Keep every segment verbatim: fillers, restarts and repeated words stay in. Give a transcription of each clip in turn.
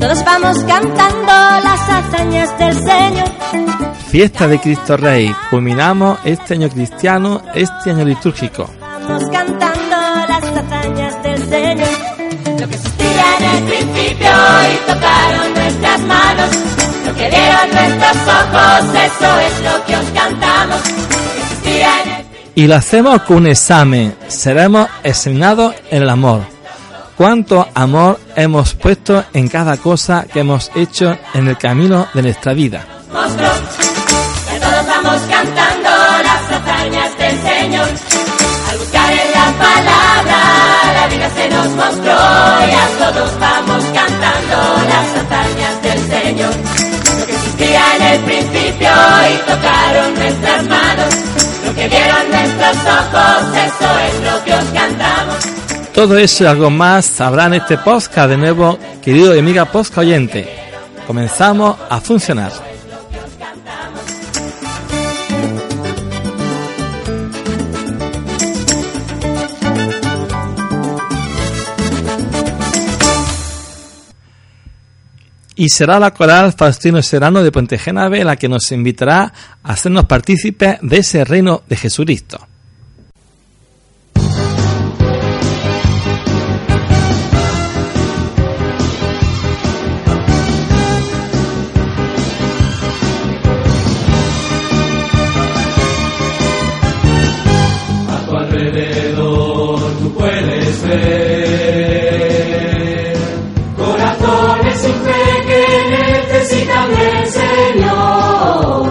todos vamos cantando las hazañas del Señor. Fiesta de Cristo Rey. Culminamos este año cristiano, este año litúrgico. Vamos cantando las hazañas del Señor. Lo que existía en el principio y tocaron nuestras manos, lo que vieron nuestros ojos, eso es lo que os cantamos. Lo que existía en el... Y lo hacemos con un examen. Seremos examinados en el amor. ¿Cuánto amor hemos puesto en cada cosa que hemos hecho en el camino de nuestra vida? Monstruo, que todos vamos cantando las hazañas del Señor. Al buscar en la palabra, la vida se nos mostró y a todos vamos cantando las hazañas del Señor. Lo que existía en el principio y tocaron nuestras manos, lo que vieron nuestros ojos, eso es lo que os cantamos. Todo eso y algo más sabrá en este podcast. De nuevo, querido y amiga podcast oyente, comenzamos a funcionar. Y será la coral Faustino Serrano de Puente Genave la que nos invitará a hacernos partícipes de ese reino de Jesucristo. A tu alrededor tú puedes ver corazones sin fe que necesitan del Señor.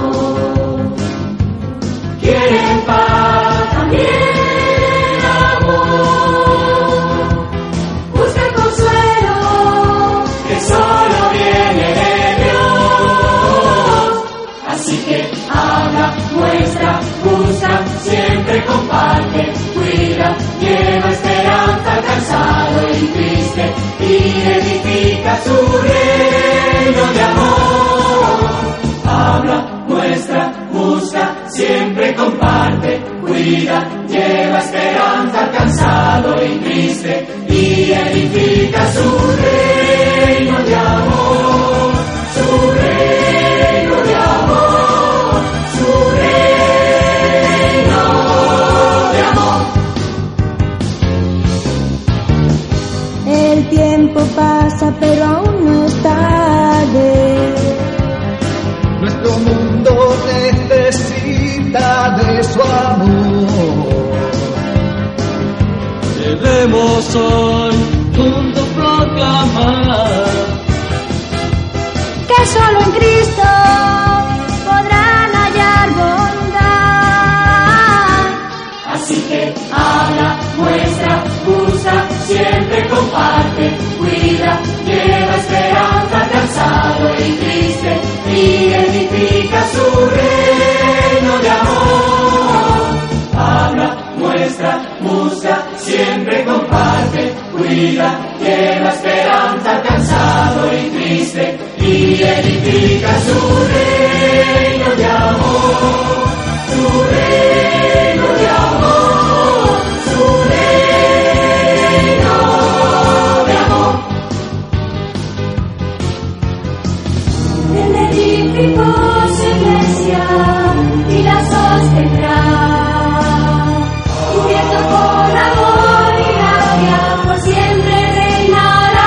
Quieren paz, también amor. Buscan consuelo que solo viene de Dios. Así que habla, muestra, busca, siempre comparte, cuida, lleva esperanza al cansado y triste y edifica su reino de amor. Habla, muestra, busca, siempre comparte, cuida, lleva esperanza al cansado y triste y edifica su reino de amor, su reino de amor, su reino de amor. El tiempo pasa pero aún no es tarde. Nuestro mundo necesita de su amor. Debemos hoy juntos proclamar Que solo en Cristo podrán hallar bondad. Así que habla, muestra, usa, siempre comparte, cuida, lleva esperanza al cansado y triste y edifica su reino de amor. Habla, muestra, usa, siempre comparte, cuida, lleva esperanza al cansado y triste y edifica su reino de amor, su reino de amor, su reino de amor. Él edificó su iglesia y la sostendrá, cubierto por amor y gracia, por siempre reinará.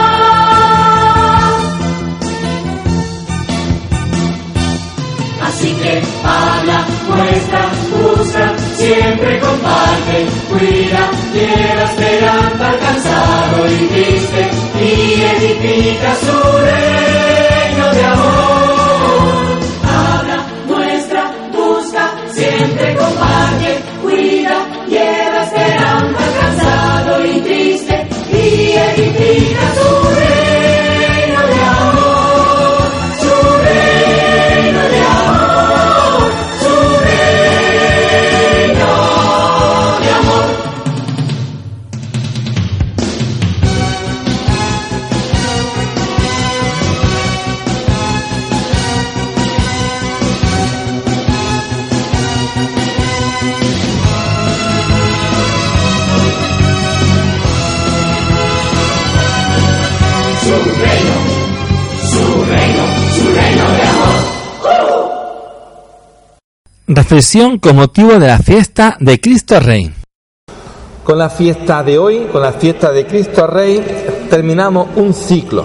Así que habla, muestra, usa, siempre comparte, cuida, lleva esperanza al cansado y triste y edifica su reino de amor. Habla, muestra, busca, siempre comparte, cuida, lleva esperanza al cansado y triste y edifica su reino de amor, su reino de amor, su reino de amor. Reflexión con motivo de la fiesta de Cristo Rey. Con la fiesta de hoy, con la fiesta de Cristo Rey, terminamos un ciclo.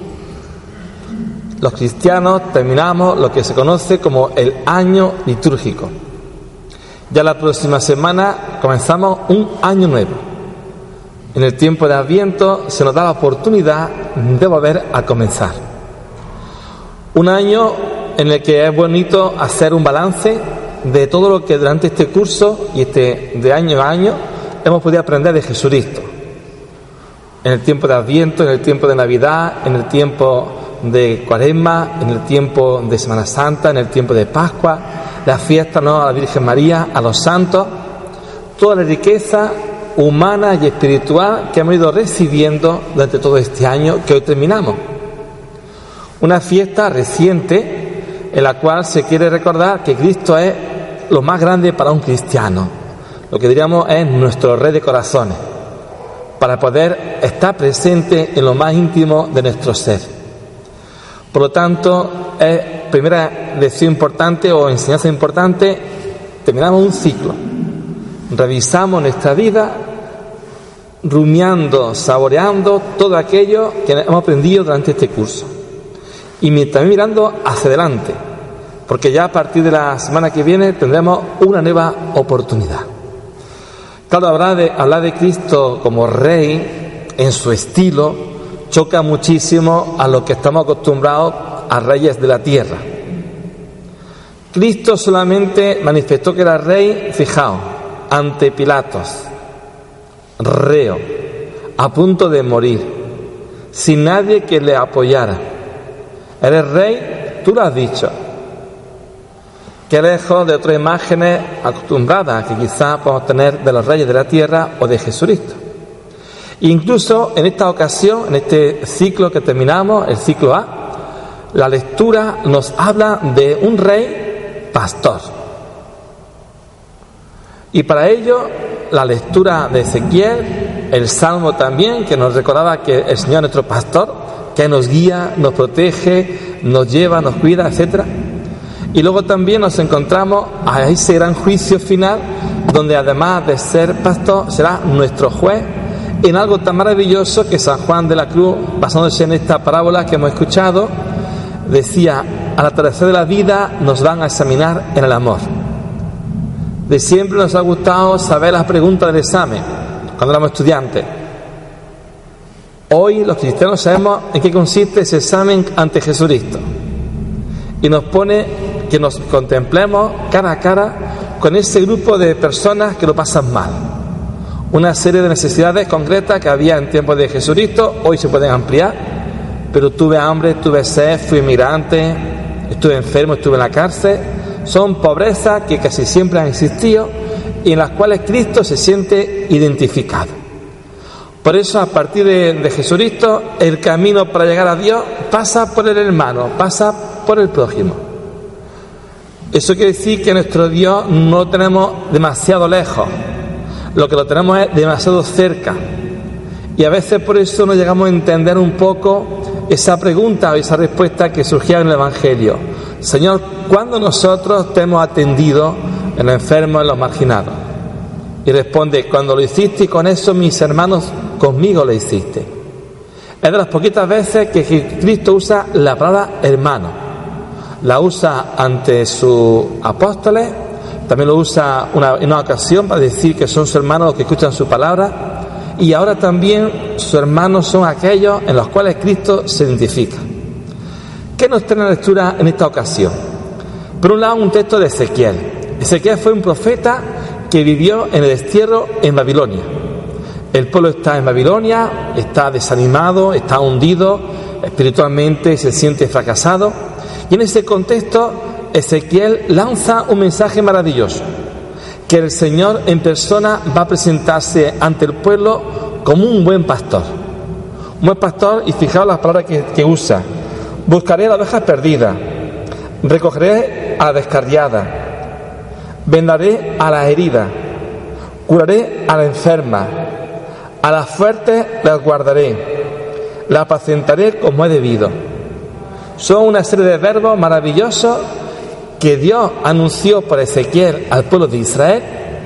Los cristianos terminamos lo que se conoce como el año litúrgico. Ya la próxima semana comenzamos un año nuevo. En el tiempo de Adviento se nos da la oportunidad de volver a comenzar. Un año en el que es bonito hacer un balance de todo lo que durante este curso y este de año a año hemos podido aprender de Jesucristo. En el tiempo de Adviento, en el tiempo de Navidad, en el tiempo de Cuaresma, en el tiempo de Semana Santa, en el tiempo de Pascua, la fiesta, ¿no?, a la Virgen María, a los santos, toda la riqueza humana y espiritual que hemos ido recibiendo durante todo este año que hoy terminamos. Una fiesta reciente en la cual se quiere recordar que Cristo es lo más grande para un cristiano, lo que diríamos es nuestro Rey de corazones, para poder estar presente en lo más íntimo de nuestro ser. Por lo tanto, es primera lección importante o enseñanza importante, terminamos un ciclo, revisamos nuestra vida, rumiando, saboreando todo aquello que hemos aprendido durante este curso. Y también mirando hacia adelante, porque ya a partir de la semana que viene tendremos una nueva oportunidad. Claro, hablar de, hablar de Cristo como Rey, en su estilo, choca muchísimo a lo que estamos acostumbrados a reyes de la tierra. Cristo solamente manifestó que era Rey, fijaos, ante Pilatos, reo, a punto de morir, sin nadie que le apoyara. Eres Rey, tú lo has dicho. Qué lejos de otras imágenes acostumbradas que quizás podemos tener de los reyes de la tierra o de Jesucristo. Incluso en esta ocasión, en este ciclo que terminamos, el ciclo A, la lectura nos habla de un rey pastor. Y para ello, la lectura de Ezequiel, el Salmo también, que nos recordaba que el Señor es nuestro pastor, que nos guía, nos protege, nos lleva, nos cuida, etcétera. Y luego también nos encontramos a ese gran juicio final, donde además de ser pastor, será nuestro juez, en algo tan maravilloso que San Juan de la Cruz, basándose en esta parábola que hemos escuchado, decía: al atardecer de la vida nos van a examinar en el amor. De siempre nos ha gustado saber las preguntas del examen, cuando éramos estudiantes. Hoy los cristianos sabemos en qué consiste ese examen ante Jesucristo. Y nos pone que nos contemplemos cara a cara con ese grupo de personas que lo pasan mal. Una serie de necesidades concretas que había en tiempos de Jesucristo, hoy se pueden ampliar, pero tuve hambre, tuve sed, fui migrante, estuve enfermo, estuve en la cárcel. Son pobrezas que casi siempre han existido y en las cuales Cristo se siente identificado. Por eso, a partir de, de Jesucristo, el camino para llegar a Dios pasa por el hermano, pasa por el prójimo. Eso quiere decir que nuestro Dios no lo tenemos demasiado lejos, lo que lo tenemos es demasiado cerca. Y a veces por eso no llegamos a entender un poco esa pregunta o esa respuesta que surgía en el Evangelio. Señor, ¿cuándo nosotros te hemos atendido en los enfermos, en los marginados? Y responde: cuando lo hiciste y con eso mis hermanos conmigo lo hiciste. Es de las poquitas veces que Cristo usa la palabra hermano. La usa ante sus apóstoles, también lo usa una, en una ocasión para decir que son sus hermanos los que escuchan su palabra, y ahora también sus hermanos son aquellos en los cuales Cristo se identifica. ¿Qué nos trae la lectura en esta ocasión? Por un lado, un texto de Ezequiel. Ezequiel fue un profeta que vivió en el destierro en Babilonia. El pueblo está en Babilonia, está desanimado, está hundido espiritualmente, se siente fracasado. Y en ese contexto, Ezequiel lanza un mensaje maravilloso: que el Señor en persona va a presentarse ante el pueblo como un buen pastor. Un buen pastor, y fijaos las palabras que, que usa: buscaré a la oveja perdida, recogeré a la descarriada, vendaré a la herida, curaré a la enferma, a las fuertes las guardaré, la apacentaré como he debido. Son una serie de verbos maravillosos que Dios anunció por Ezequiel al pueblo de Israel,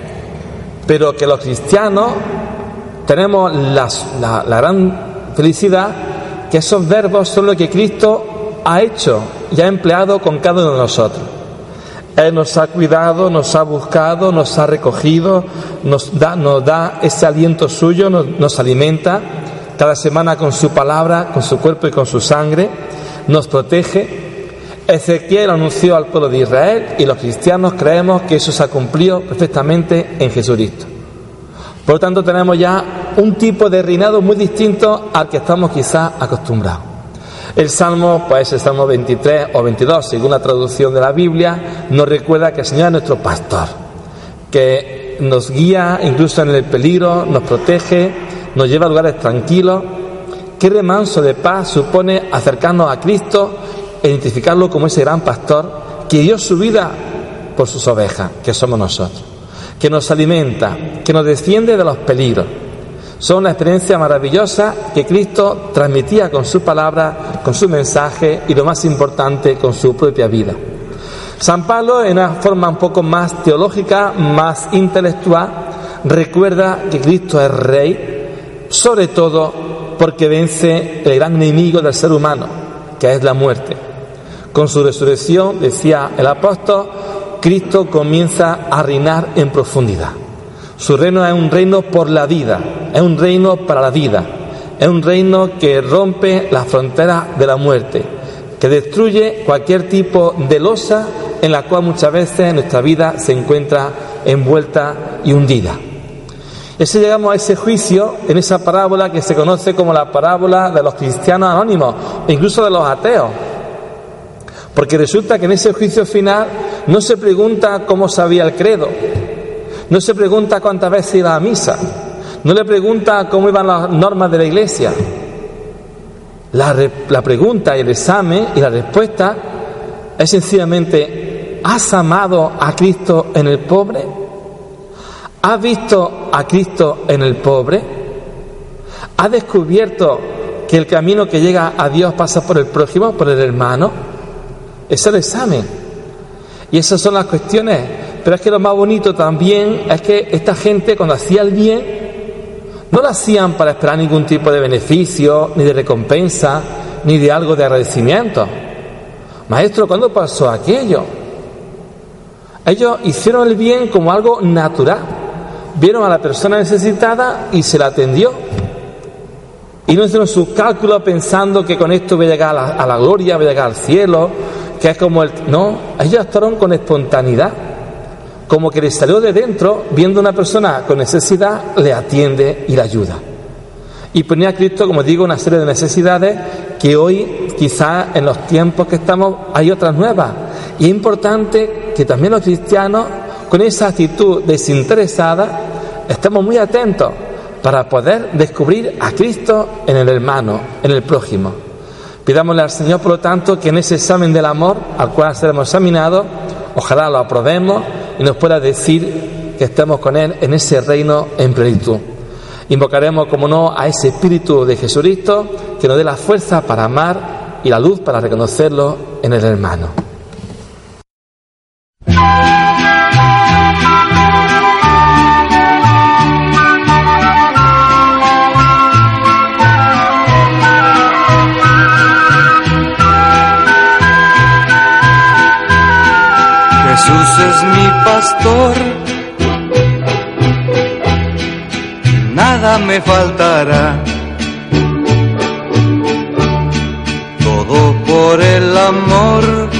pero que los cristianos tenemos las, la, la gran felicidad que esos verbos son lo que Cristo ha hecho y ha empleado con cada uno de nosotros. Él nos ha cuidado, nos ha buscado, nos ha recogido, nos da, nos da ese aliento suyo, nos, nos alimenta cada semana con su palabra, con su cuerpo y con su sangre, nos protege. Ezequiel anunció al pueblo de Israel y los cristianos creemos que eso se ha cumplido perfectamente en Jesucristo. Por lo tanto, tenemos ya un tipo de reinado muy distinto al que estamos quizás acostumbrados. El Salmo, pues el Salmo veintitrés o veintidós, según la traducción de la Biblia, nos recuerda que el Señor es nuestro pastor, que nos guía incluso en el peligro, nos protege, nos lleva a lugares tranquilos. Qué remanso de paz supone acercarnos a Cristo e identificarlo como ese gran pastor que dio su vida por sus ovejas, que somos nosotros, que nos alimenta, que nos defiende de los peligros. Son una experiencia maravillosa que Cristo transmitía con su palabra, con su mensaje y, lo más importante, con su propia vida. San Pablo, en una forma un poco más teológica, más intelectual, recuerda que Cristo es Rey, sobre todo porque vence el gran enemigo del ser humano, que es la muerte. Con su resurrección, decía el apóstol, Cristo comienza a reinar en profundidad. Su reino es un reino por la vida, es un reino para la vida, es un reino que rompe las fronteras de la muerte, que destruye cualquier tipo de losa en la cual muchas veces nuestra vida se encuentra envuelta y hundida. Y así llegamos a ese juicio en esa parábola que se conoce como la parábola de los cristianos anónimos, e incluso de los ateos. Porque resulta que en ese juicio final no se pregunta cómo sabía el credo, no se pregunta cuántas veces iba a misa, no le pregunta cómo iban las normas de la Iglesia. La, re, la pregunta y el examen y la respuesta es sencillamente: ¿has amado a Cristo en el pobre? ¿Has visto a Cristo en el pobre? ¿Has descubierto que el camino que llega a Dios pasa por el prójimo, por el hermano? Ese es el examen. Y esas son las cuestiones. Pero es que lo más bonito también es que esta gente, cuando hacía el bien, no lo hacían para esperar ningún tipo de beneficio, ni de recompensa, ni de algo de agradecimiento. Maestro, ¿cuándo pasó aquello? Ellos hicieron el bien como algo natural. Vieron a la persona necesitada y se la atendió. Y no hicieron sus cálculos pensando que con esto voy a llegar a la, a la gloria, voy a llegar al cielo, que es como el... No, ellos actuaron con espontaneidad. Como que le salió de dentro, viendo a una persona con necesidad, le atiende y le ayuda. Y ponía a Cristo, como digo, una serie de necesidades que hoy, quizás en los tiempos que estamos, hay otras nuevas. Y es importante que también los cristianos, con esa actitud desinteresada, estemos muy atentos para poder descubrir a Cristo en el hermano, en el prójimo. Pidámosle al Señor, por lo tanto, que en ese examen del amor al cual seremos examinados, ojalá lo aprobemos y nos pueda decir que estemos con Él en ese reino en plenitud. Invocaremos, como no, a ese Espíritu de Jesucristo que nos dé la fuerza para amar y la luz para reconocerlo en el hermano. Jesús es mi pastor, nada me faltará, todo por el amor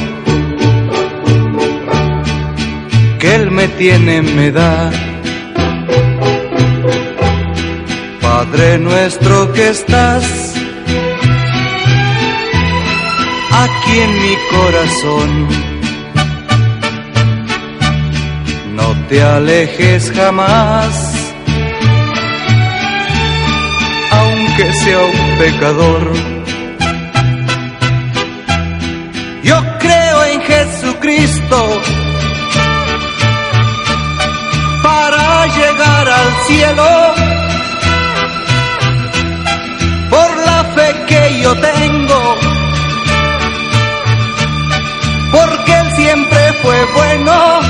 que Él me tiene, me da. Padre nuestro que estás aquí en mi corazón, no te alejes jamás, aunque sea un pecador. Yo creo en Jesucristo para llegar al cielo, por la fe que yo tengo, porque Él siempre fue fue bueno.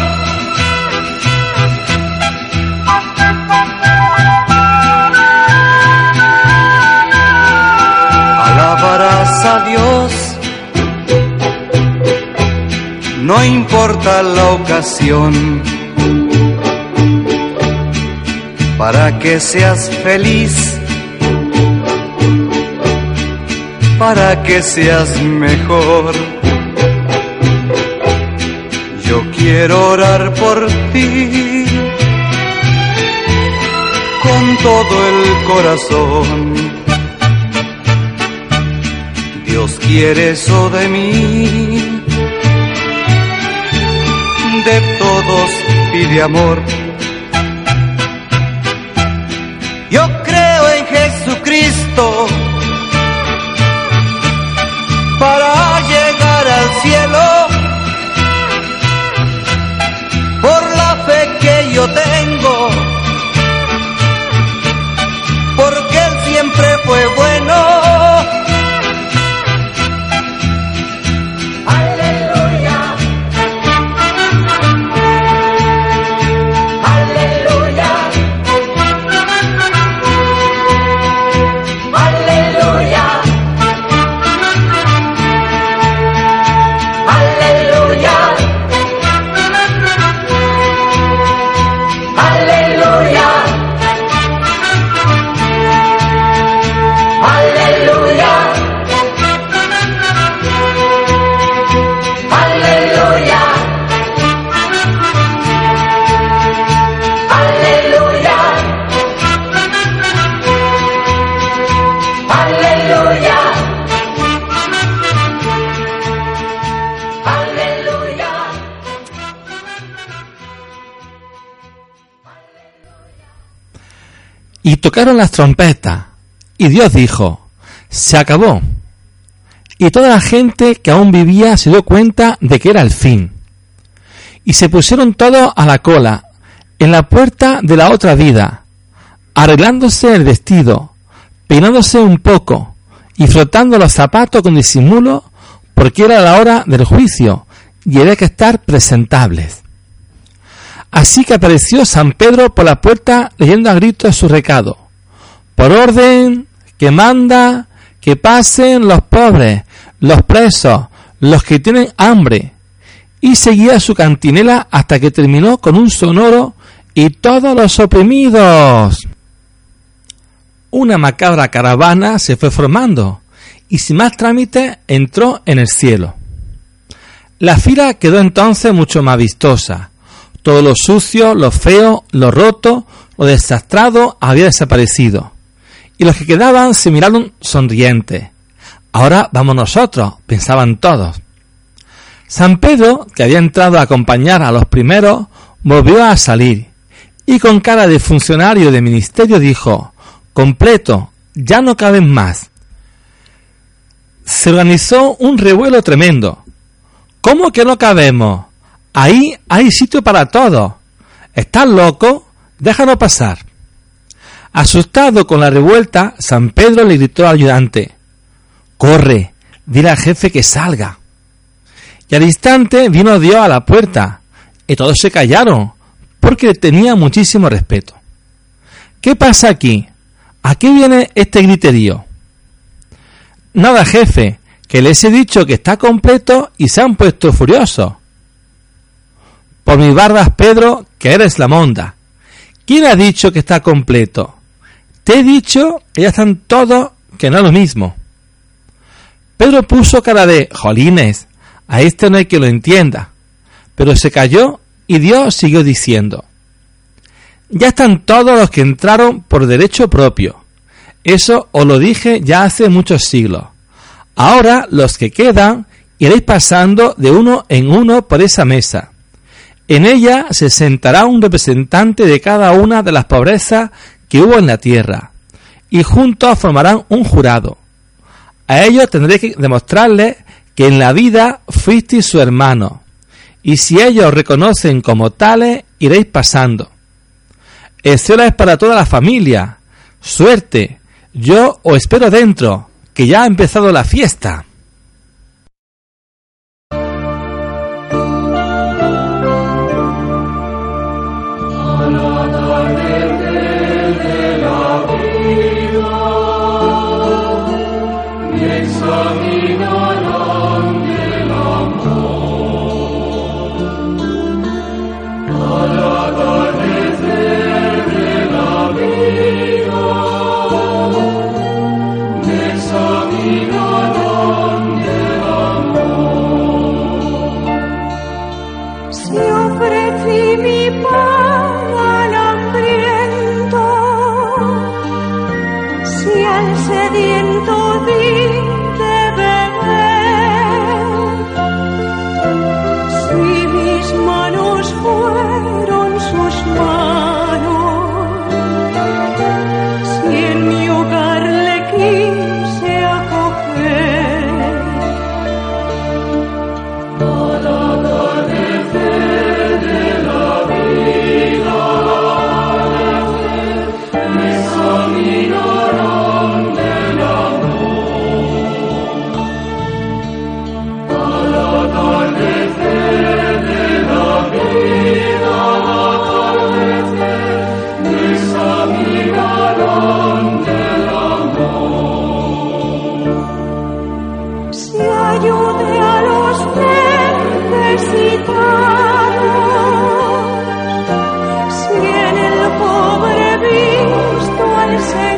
Alabarás a Dios, no importa la ocasión, para que seas feliz, para que seas mejor. Yo quiero orar por ti con todo el corazón. Dios quiere eso de mí, de todos pide amor. Yo creo en Jesucristo para llegar al cielo, por la fe que yo tengo, porque Él siempre fue bueno. Y tocaron las trompetas, y Dios dijo: se acabó. Y toda la gente que aún vivía se dio cuenta de que era el fin. Y se pusieron todos a la cola, en la puerta de la otra vida, arreglándose el vestido, peinándose un poco, y frotando los zapatos con disimulo, porque era la hora del juicio, y había que estar presentables. Así que apareció San Pedro por la puerta leyendo a gritos su recado: por orden que manda que pasen los pobres, los presos, los que tienen hambre. Y seguía su cantinela hasta que terminó con un sonoro: y todos los oprimidos. Una macabra caravana se fue formando y sin más trámite entró en el cielo. La fila quedó entonces mucho más vistosa. Todo lo sucio, lo feo, lo roto, lo desastrado había desaparecido. Y los que quedaban se miraron sonrientes. Ahora vamos nosotros, pensaban todos. San Pedro, que había entrado a acompañar a los primeros, volvió a salir. Y con cara de funcionario de ministerio dijo: completo, ya no caben más. Se organizó un revuelo tremendo. ¿Cómo que no cabemos? Ahí hay sitio para todos. ¿Estás loco? Déjanos pasar. Asustado con la revuelta, San Pedro le gritó al ayudante: corre, dile al jefe que salga. Y al instante vino Dios a la puerta, y todos se callaron, porque le tenía muchísimo respeto. ¿Qué pasa aquí? ¿A qué viene este griterío? Nada, jefe, que les he dicho que está completo y se han puesto furiosos. Por mis barbas, Pedro, que eres la monda. ¿Quién ha dicho que está completo? Te he dicho que ya están todos, que no es lo mismo. Pedro puso cara de: jolines, a este no hay que lo entienda. Pero se calló y Dios siguió diciendo: ya están todos los que entraron por derecho propio. Eso os lo dije ya hace muchos siglos. Ahora los que quedan iréis pasando de uno en uno por esa mesa. En ella se sentará un representante de cada una de las pobrezas que hubo en la tierra, y juntos formarán un jurado. A ellos tendré que demostrarles que en la vida fuisteis su hermano, y si ellos os reconocen como tales, iréis pasando. El cielo es para toda la familia. Suerte, yo os espero dentro, que ya ha empezado la fiesta. examinarán del amor. Al atardecer de la vida, me examinarán del amor. Si ofrecí mi pan al hambriento, si al sediento di de beber, si mis manos fueron sus manos, si en mi hogar le quise acoger. Al atardecer de la vida, me examinarán del amor. Al atardecer de la vida, me examinarán del amor. Si ayude a los necesitados, si en el pobre visto al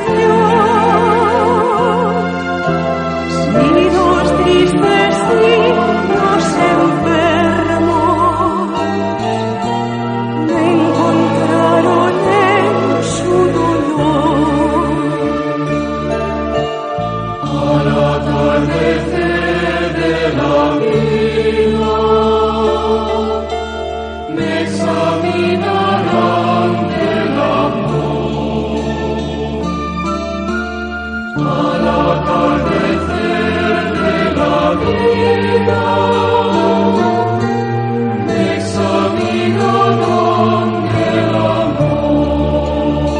Señor, si dos tristes signos enfermos me encontraron en su dolor. Al atardecer de la vida, me examinarán del amor. Al atardecer de la vida, me examinarán del amor.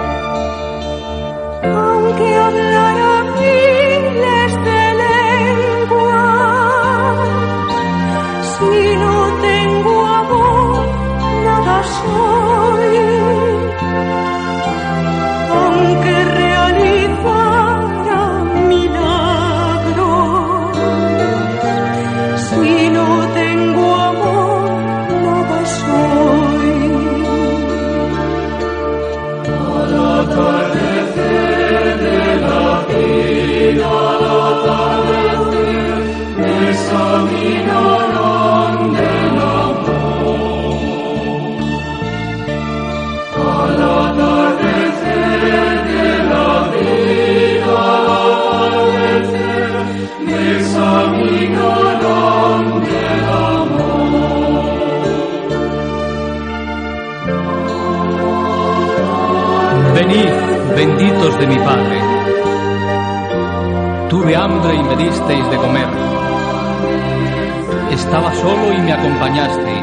Aunque hablara miles de lenguas, si no tengo amor, nada soy. Aunque realizara milagros, si no tengo amor, nada soy. Al atardecer de la vida, al atardecer, me examinarán del amor. Al atardecer de la vida, al atardecer, me examinarán del amor. Venid, benditos de mi Padre. Tuve hambre y me disteis de comer. Estaba solo y me acompañasteis.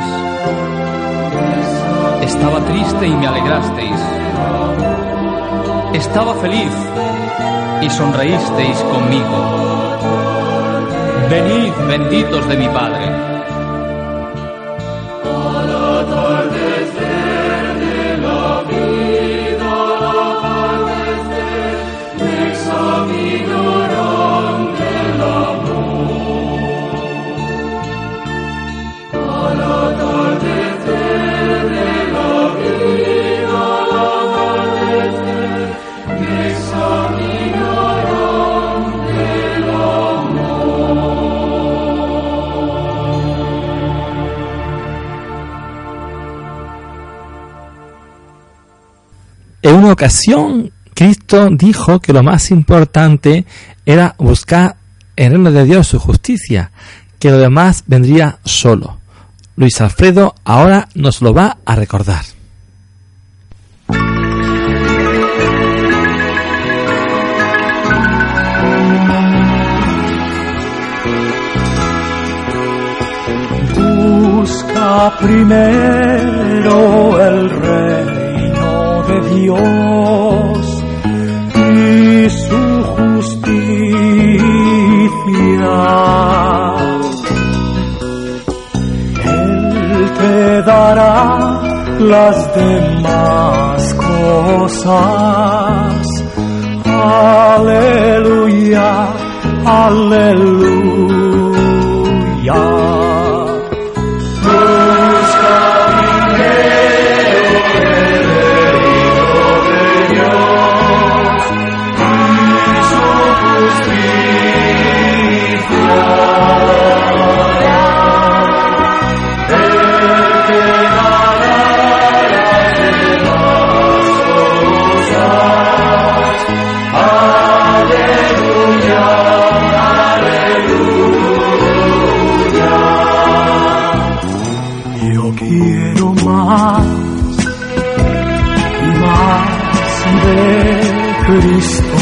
Estaba triste y me alegrasteis. Estaba feliz y sonreísteis conmigo. Venid, benditos de mi Padre. Al atardecer de la vida, al atardecer, me examinarán del amor. Al atardecer de la vida, al atardecer, me examinarán del amor. En una ocasión, Cristo dijo que lo más importante era buscar el reino de Dios, su justicia, que lo demás vendría solo. Luis Alfredo ahora nos lo va a recordar. Busca primero el reino de Dios y su justicia. Él te dará las demás cosas. Aleluya, aleluya. Busca primero el reino de Dios y su justicia. Él te dará las demás cosas. Aleluya, aleluya. Yo quiero más y más de Cristo.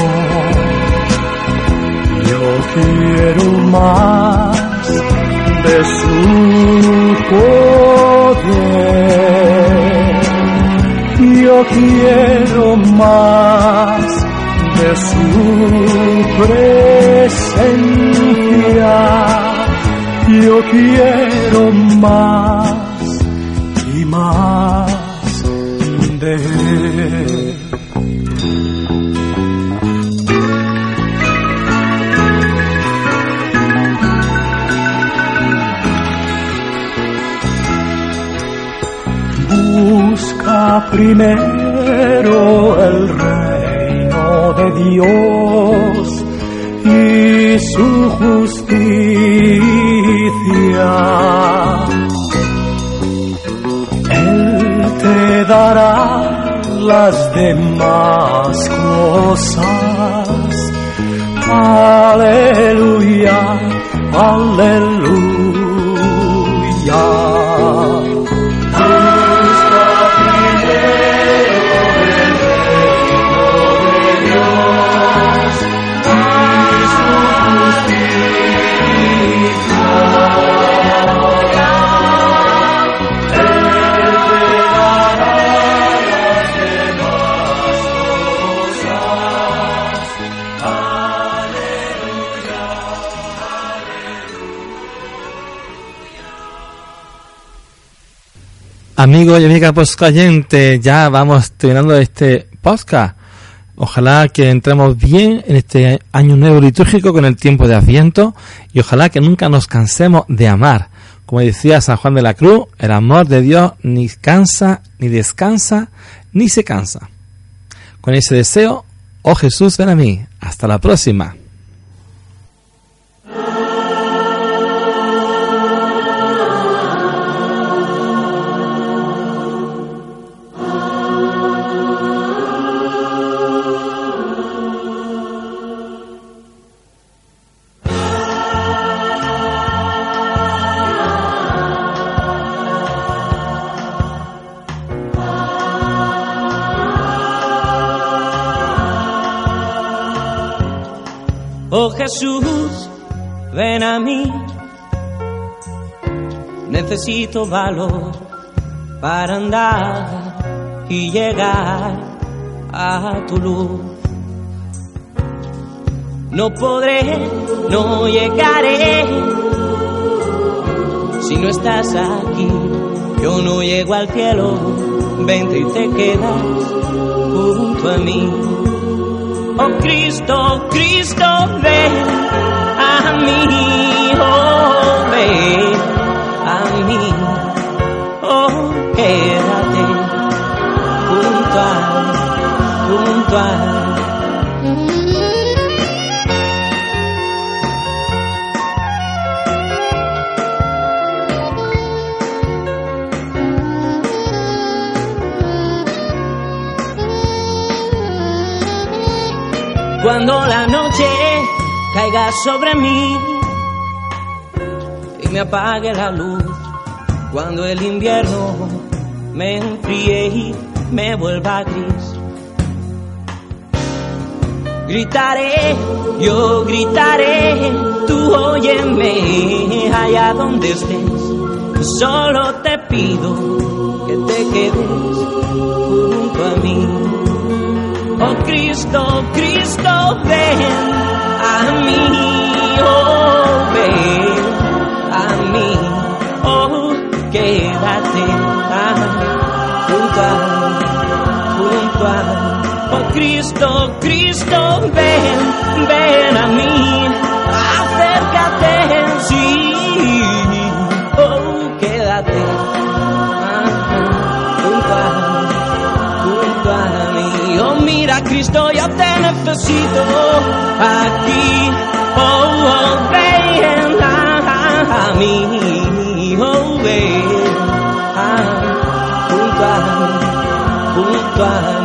Yo quiero más de su poder. Yo quiero más de su presencia. Yo quiero más y más de él. Busca primero el reino de Dios y su justicia. Él te dará las demás cosas. Aleluya, aleluya. Amigos y amigas poscayentes, ya vamos terminando este podcast. Ojalá que entremos bien en este año nuevo litúrgico con el tiempo de Adviento y ojalá que nunca nos cansemos de amar. Como decía San Juan de la Cruz, el amor de Dios ni cansa, ni descansa, ni se cansa. Con ese deseo, oh Jesús, ven a mí. Hasta la próxima. Oh Jesús, ven a mí, necesito valor para andar y llegar a tu luz. No podré, no llegaré, si no estás aquí, yo no llego al cielo, vente y te quedas junto a mí. Oh Cristo, Cristo, ven a mí, oh ven a mí, oh quédate junto a, junto a. Cuando la noche caiga sobre mí y me apague la luz, cuando el invierno me enfríe y me vuelva gris, gritaré, yo gritaré, tú óyeme allá donde estés, solo te pido que te quedes junto a mí. Oh Cristo, Cristo, ven a mí, oh ven a mí, oh quédate ah, junto a, junto a. Oh Cristo, Cristo, ven, ven a mí, Cristo yo te necesito aquí. Oh, oh, ven a, a mí. Oh, ven a, junto a, junto a